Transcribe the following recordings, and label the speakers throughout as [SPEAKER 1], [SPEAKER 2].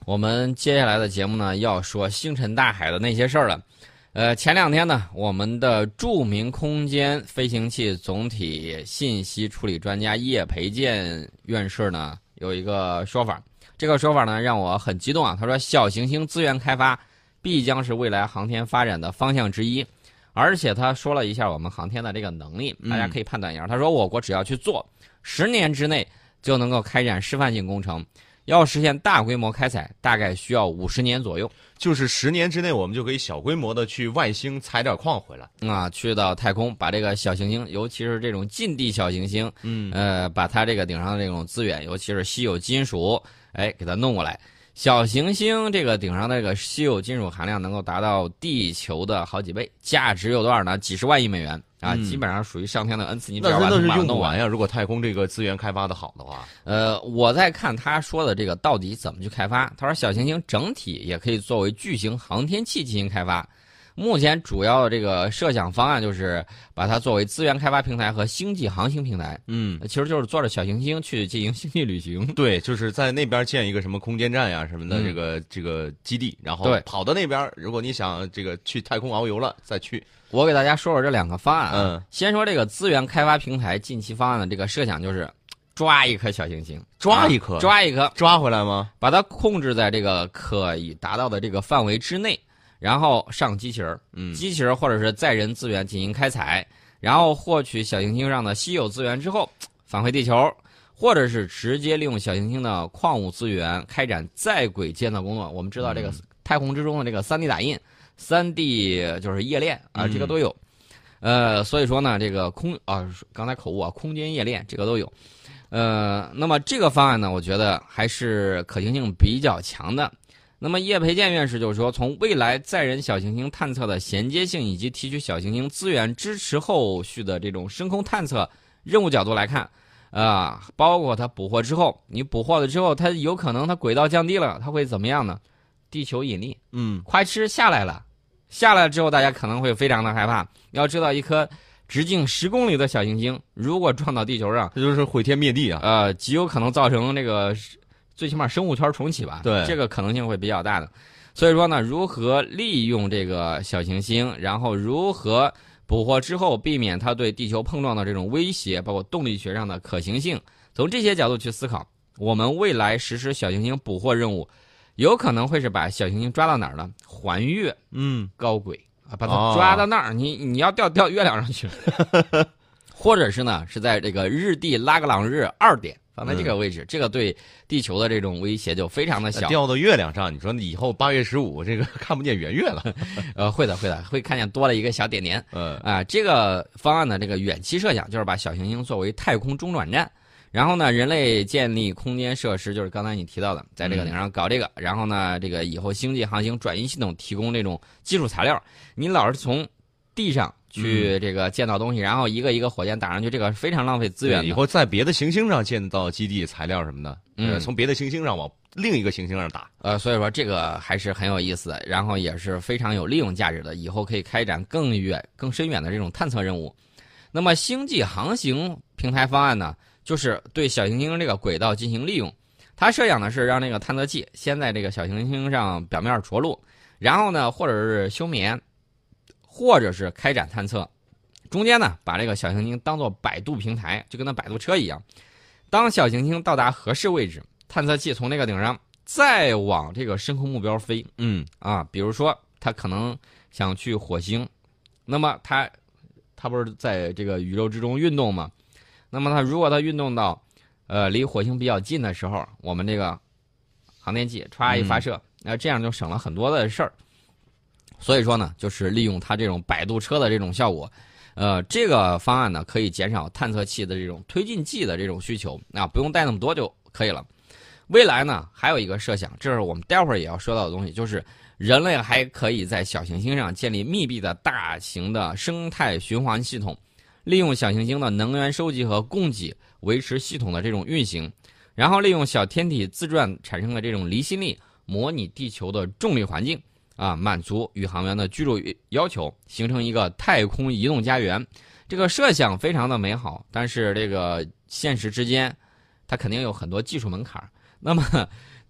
[SPEAKER 1] 我们接下来的节目呢，要说星辰大海的那些事儿了。前2天呢，我们的著名空间飞行器总体信息处理专家叶培建院士呢有一个说法，这个说法呢让我很激动啊。他说，小行星资源开发必将是未来航天发展的方向之一，而且他说了一下我们航天的这个能力，大家可以判断一下。他说，我国只要去做，10年之内就能够开展示范性工程。要实现大规模开采，大概需要50年左右。
[SPEAKER 2] 就是10年之内，我们就可以小规模的去外星采点矿回来
[SPEAKER 1] 啊，去到太空，把这个小行星，尤其是这种近地小行星，把它这个顶上的这种资源，尤其是稀有金属，给它弄过来。小行星这个顶上的这个稀有金属含量能够达到地球的好几倍，价值有多少呢？几十万亿美元啊，基本上属于上天的恩赐。你只要把它
[SPEAKER 2] 用不完呀！如果太空这个资源开发的好的话，
[SPEAKER 1] 我在看他说的这个到底怎么去开发。他说，小行星整体也可以作为巨型航天器进行开发。目前主要的这个设想方案就是把它作为资源开发平台和星际航行平台。其实就是坐着小行星去进行星际旅行。
[SPEAKER 2] 对，就是在那边建一个什么空间站呀什么的这个基地，然后跑到那边，如果你想这个去太空遨游了再去。
[SPEAKER 1] 我给大家说说这2个方案。先说这个资源开发平台近期方案的这个设想，就是抓一颗小行星，
[SPEAKER 2] 抓一颗抓回来吗？
[SPEAKER 1] 把它控制在这个可以达到的这个范围之内。然后上机器人，机器人或者是载人资源进行开采，然后获取小行星上的稀有资源之后返回地球，或者是直接利用小行星的矿物资源开展在轨监测工作。我们知道这个太空之中的这个3D 打印、3D 就是冶炼啊，这个都有。所以说呢，这个刚才口误啊，空间冶炼这个都有。那么这个方案呢，我觉得还是可行性比较强的。那么叶培建院士就是说，从未来载人小行星探测的衔接性以及提取小行星资源支持后续的这种深空探测任务角度来看，包括它捕获之后，你捕获了之后，它有可能它轨道降低了，它会怎么样呢？地球引力，快吃下来了，下来之后大家可能会非常的害怕。要知道，一颗直径10公里的小行星，如果撞到地球上，
[SPEAKER 2] 这就是毁天灭地啊！
[SPEAKER 1] 极有可能造成这个。最起码生物圈重启吧，
[SPEAKER 2] 对，
[SPEAKER 1] 这个可能性会比较大的。所以说呢，如何利用这个小行星，然后如何捕获之后避免它对地球碰撞的这种威胁，包括动力学上的可行性，从这些角度去思考，我们未来实施小行星捕获任务，有可能会是把小行星抓到哪儿呢？环月，高轨啊，把它抓到那儿，你要掉月亮上去，或者是呢是在这个日地拉格朗日2点。放在这个位置，这个对地球的这种威胁就非常的小。
[SPEAKER 2] 掉到月亮上，你说以后8月15这个看不见圆月了？
[SPEAKER 1] 会的，会看见多了一个小点点。这个方案的这个远期设想就是把小行星作为太空中转站，然后呢，人类建立空间设施，就是刚才你提到的，在这个顶上搞这个，然后呢，这个以后星际航行转移系统提供这种基础材料，你老是从地上去这个建造东西，然后一个一个火箭打上去，这个非常浪费资源的。
[SPEAKER 2] 以后在别的行星上建造基地材料什么的，从别的行星上往另一个行星上打。
[SPEAKER 1] 所以说这个还是很有意思的，然后也是非常有利用价值的，以后可以开展更远、更深远的这种探测任务。那么星际航行平台方案呢，就是对小行星这个轨道进行利用。它设想的是让这个探测器先在这个小行星上表面着陆，然后呢，或者是休眠，或者是开展探测，中间呢把这个小行星当作摆渡平台，就跟那摆渡车一样。当小行星到达合适位置，探测器从那个顶上再往这个深空目标飞。比如说它可能想去火星，那么它不是在这个宇宙之中运动吗？那么如果它运动到离火星比较近的时候，我们这个航天器歘一发射，这样就省了很多的事儿。所以说呢，就是利用它这种摆渡车的这种效果，这个方案呢可以减少探测器的这种推进剂的这种需求，不用带那么多就可以了。未来呢还有一个设想，这是我们待会儿也要说到的东西，就是人类还可以在小行星上建立密闭的大型的生态循环系统，利用小行星的能源收集和供给维持系统的这种运行，然后利用小天体自转产生的这种离心力模拟地球的重力环境，满足宇航员的居住要求，形成一个太空移动家园。这个设想非常的美好，但是这个现实之间它肯定有很多技术门槛。那么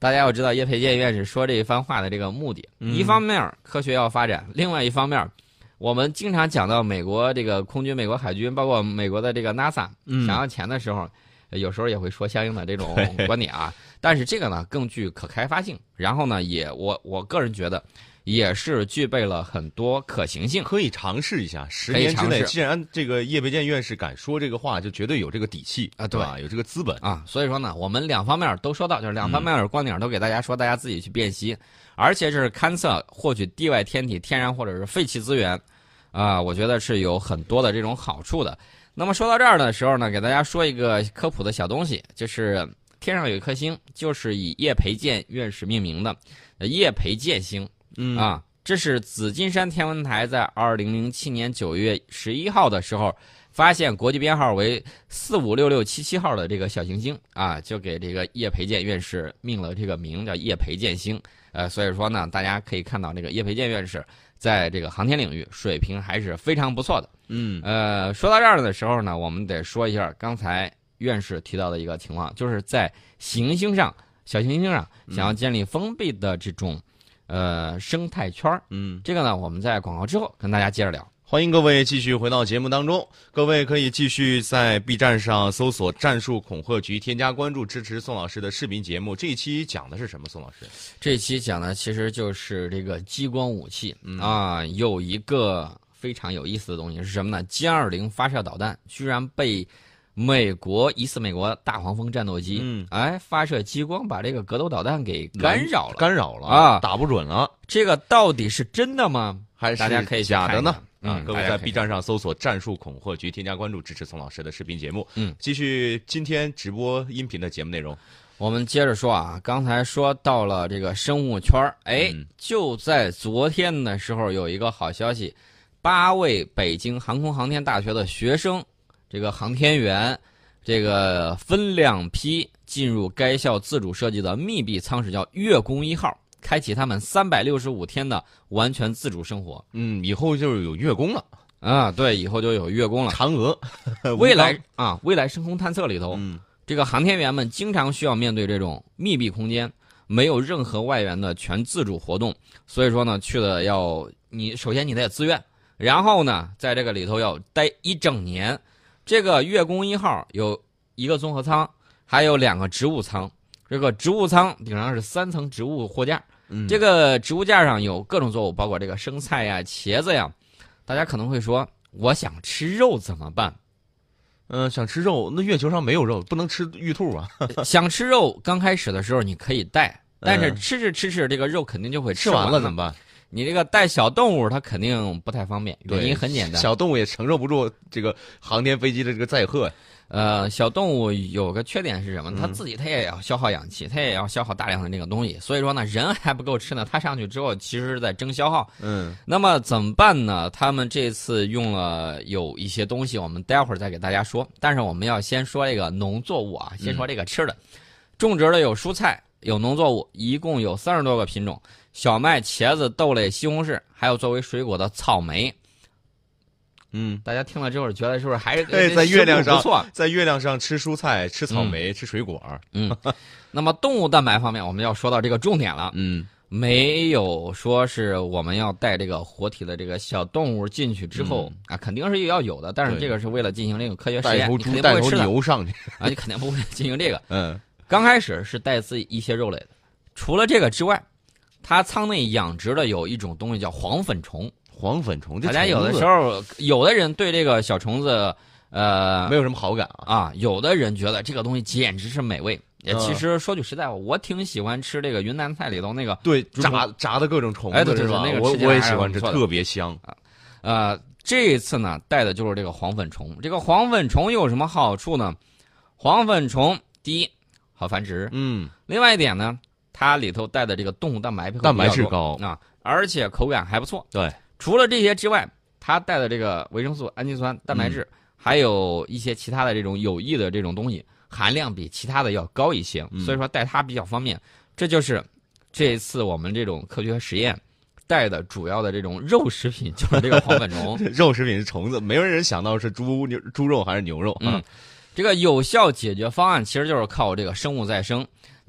[SPEAKER 1] 大家要知道叶培建院士说这一番话的这个目的，一方面科学要发展，另外一方面我们经常讲到美国这个空军、美国海军，包括美国的这个 NASA 想要钱的时候，有时候也会说相应的这种观点啊。但是这个呢更具可开发性，然后呢我个人觉得也是具备了很多可行性，
[SPEAKER 2] 可以尝试一下。10年之内，既然这个叶培建院士敢说这个话，就绝对有这个底气啊，对吧？有这个资本
[SPEAKER 1] 啊。所以说呢，我们两方面都说到，就是两方面的观点都给大家说，大家自己去辨析。而且这是勘测获取地外天体、天然或者是废弃资源，我觉得是有很多的这种好处的。那么说到这儿的时候呢，给大家说一个科普的小东西，就是天上有一颗星，就是以叶培建院士命名的叶培建星。这是紫金山天文台在2007年9月11号的时候发现国际编号为456677号的这个小行星啊，就给这个叶培建院士命了这个名，叫叶培建星。所以说呢，大家可以看到这个叶培建院士在这个航天领域水平还是非常不错的。说到这儿的时候呢，我们得说一下刚才院士提到的一个情况，就是在行星上、小行星上想要建立封闭的这种生态圈。这个呢我们在广告之后跟大家接着聊。
[SPEAKER 2] 欢迎各位继续回到节目当中，各位可以继续在 B 站上搜索战术恐吓局，添加关注，支持宋老师的视频节目。这一期讲的是什么？宋老师，
[SPEAKER 1] 这一期讲的其实就是这个激光武器有一个非常有意思的东西是什么呢？歼20发射导弹居然被疑似美国大黄蜂战斗机发射激光把这个格斗导弹给干扰了啊，
[SPEAKER 2] 打不准了。
[SPEAKER 1] 这个到底是真的吗？
[SPEAKER 2] 还是
[SPEAKER 1] 大家可以
[SPEAKER 2] 假的呢？各位在 B 站上搜索战术恐吓局，添加关注，支持宋老师的视频节目。继续今天直播音频的节目内容。
[SPEAKER 1] 我们接着说啊，刚才说到了这个生物圈，就在昨天的时候有一个好消息，8位北京航空航天大学的学生，这个航天员，这个分2批进入该校自主设计的密闭舱室，叫月宫1号，开启他们365天的完全自主生活。
[SPEAKER 2] 以后就是有月宫了
[SPEAKER 1] 啊，对，以后就有月宫了。
[SPEAKER 2] 嫦娥，
[SPEAKER 1] 未来深空探测里头，这个航天员们经常需要面对这种密闭空间，没有任何外援的全自主活动。所以说呢，去的首先你得自愿，然后呢，在这个里头要待1整年。这个月宫1号有1个综合舱，还有2个植物舱。这个植物舱顶上是3层植物货架，这个植物架上有各种作物，包括这个生菜呀、茄子呀。大家可能会说，我想吃肉怎么办？
[SPEAKER 2] 想吃肉，那月球上没有肉，不能吃玉兔啊。
[SPEAKER 1] 想吃肉，刚开始的时候你可以带，但是吃着这个肉肯定就会
[SPEAKER 2] 吃
[SPEAKER 1] 完
[SPEAKER 2] 了怎么办？
[SPEAKER 1] 你这个带小动物，它肯定不太方便。原因很简单，
[SPEAKER 2] 小动物也承受不住这个航天飞机的这个载荷。
[SPEAKER 1] 小动物有个缺点是什么？它自己它也要消耗氧气，它也要消耗大量的这个东西。所以说呢，人还不够吃呢，它上去之后其实是在争消耗。那么怎么办呢？他们这次用了有一些东西，我们待会儿再给大家说。但是我们要先说这个农作物啊，先说这个吃的。种植的有蔬菜，有农作物，一共有30多个品种。小麦、茄子、豆类、西红柿，还有作为水果的草莓。大家听了之后觉得是不是还是
[SPEAKER 2] 在月亮上
[SPEAKER 1] 不错？
[SPEAKER 2] 在月亮上吃蔬菜、吃草莓、吃水果。
[SPEAKER 1] 那么动物蛋白方面，我们要说到这个重点了。没有说是我们要带这个活体的这个小动物进去之后肯定是要有的，但是这个是为了进行这个科学实验，你肯定不会吃的。
[SPEAKER 2] 带头牛上去
[SPEAKER 1] 你肯定不会进行这个。刚开始是带自己一些肉类的，除了这个之外，它舱内养殖的有一种东西叫黄粉虫。
[SPEAKER 2] 黄粉虫，
[SPEAKER 1] 大家有的时候，有的人对这个小虫子，
[SPEAKER 2] 没有什么好感
[SPEAKER 1] 有的人觉得这个东西简直是美味。其实说句实在话，我挺喜欢吃这个云南菜里头那个
[SPEAKER 2] 炸的各种虫子，
[SPEAKER 1] 是吧？
[SPEAKER 2] 那个我也喜欢吃，特别香
[SPEAKER 1] 这次呢带的就是这个黄粉虫。这个黄粉虫有什么好处呢？黄粉虫第一好繁殖，另外一点呢，它里头带的这个动物蛋白
[SPEAKER 2] 质高
[SPEAKER 1] 而且口感还不错。
[SPEAKER 2] 对。
[SPEAKER 1] 除了这些之外，它带的这个维生素、氨基酸、蛋白质，还有一些其他的这种有益的这种东西，含量比其他的要高一些，所以说带它比较方便。这就是这次我们这种科学实验带的主要的这种肉食品，就是这个黄粉虫。
[SPEAKER 2] 肉食品是虫子，没有人想到是猪肉还是牛肉
[SPEAKER 1] 这个有效解决方案其实就是靠这个生物再生。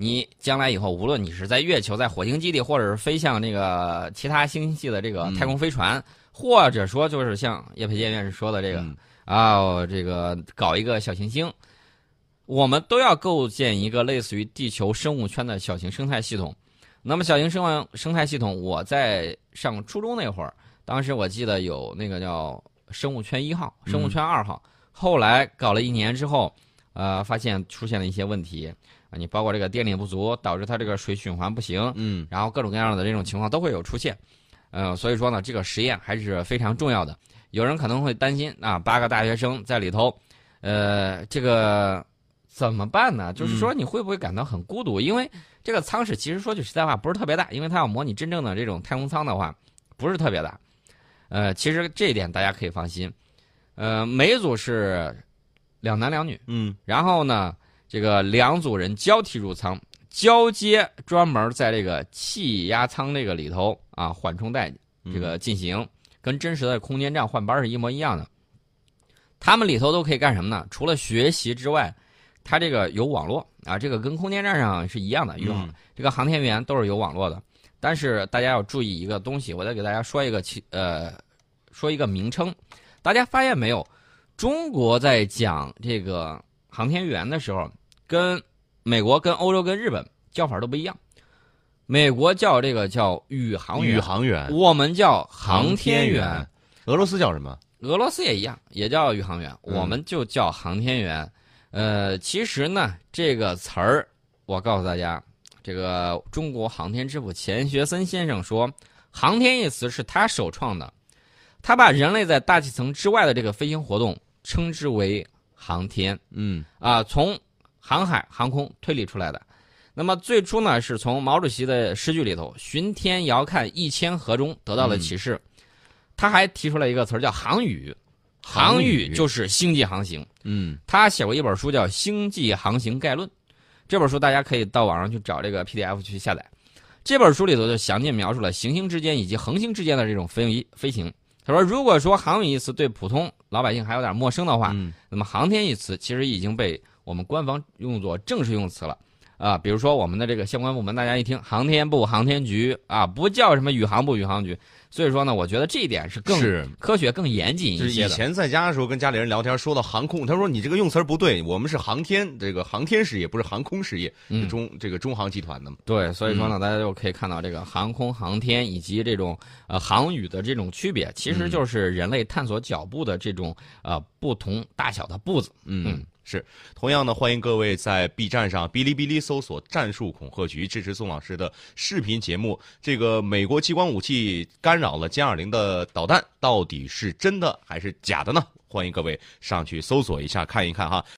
[SPEAKER 1] 你将来以后，无论你是在月球、在火星基地，或者是飞向这个其他星系的这个太空飞船，或者说就是像叶培建院士说的这个、这个搞一个小行星，我们都要构建一个类似于地球生物圈的小型生态系统。那么小型生态系统，我在上初中那会儿，当时我记得有那个叫生物圈1号、生物圈2号，后来搞了1年之后，发现出现了一些问题啊，你包括这个电力不足，导致它这个水循环不行，然后各种各样的这种情况都会有出现，所以说呢，这个实验还是非常重要的。有人可能会担心啊，8个大学生在里头，这个怎么办呢？就是说你会不会感到很孤独？因为这个舱室其实说句实在话不是特别大，因为它要模拟真正的这种太空舱的话，不是特别大。其实这一点大家可以放心。每组是2男2女，然后呢，这个2组人交替入舱，交接专门在这个气压舱这个里头啊，缓冲带这个进行，跟真实的空间站换班是一模一样的。他们里头都可以干什么呢？除了学习之外，它这个有网络啊，这个跟空间站上是一样的，这个航天员都是有网络的。但是大家要注意一个东西，我再给大家说一个名称。大家发现没有？中国在讲这个航天员的时候，跟美国、跟欧洲、跟日本叫法都不一样。美国叫这个叫宇航员，我们叫航天员。
[SPEAKER 2] 俄罗斯叫什么？
[SPEAKER 1] 俄罗斯也一样，也叫宇航员，我们就叫航天员。其实呢，这个词儿，我告诉大家，这个中国航天之父钱学森先生说，航天一词是他首创的，他把人类在大气层之外的这个飞行活动称之为航天。从航海、航空推理出来的。那么最初呢，是从毛主席的诗句里头“巡天遥看一千河”中得到了启示。他还提出了一个词儿叫航宇，航宇就是星际航行。他写过一本书叫《星际航行概论》，这本书大家可以到网上去找这个 PDF 去下载。这本书里头就详尽描述了行星之间以及恒星之间的这种飞行。他说，如果说航宇一词对普通老百姓还有点陌生的话，那么航天一词其实已经被我们官方用作正式用词了。比如说我们的这个相关部门，大家一听航天部、航天局啊，不叫什么宇航部、宇航局。所以说呢，我觉得这一点是更科学、更严谨一些的。
[SPEAKER 2] 就是以前在家的时候跟家里人聊天，说到航空，他说你这个用词不对，我们是航天，这个航天事业不是航空事业，这个中航集团的嘛。
[SPEAKER 1] 对，所以说呢，大家就可以看到这个航空、航天以及这种航宇的这种区别，其实就是人类探索脚步的这种不同大小的步子。
[SPEAKER 2] 是，同样呢，欢迎各位在 B 站上、哔哩哔哩搜索"战术恐吓局"，支持宋老师的视频节目。这个美国激光武器干扰了歼20的导弹，到底是真的还是假的呢？欢迎各位上去搜索一下，看一看哈。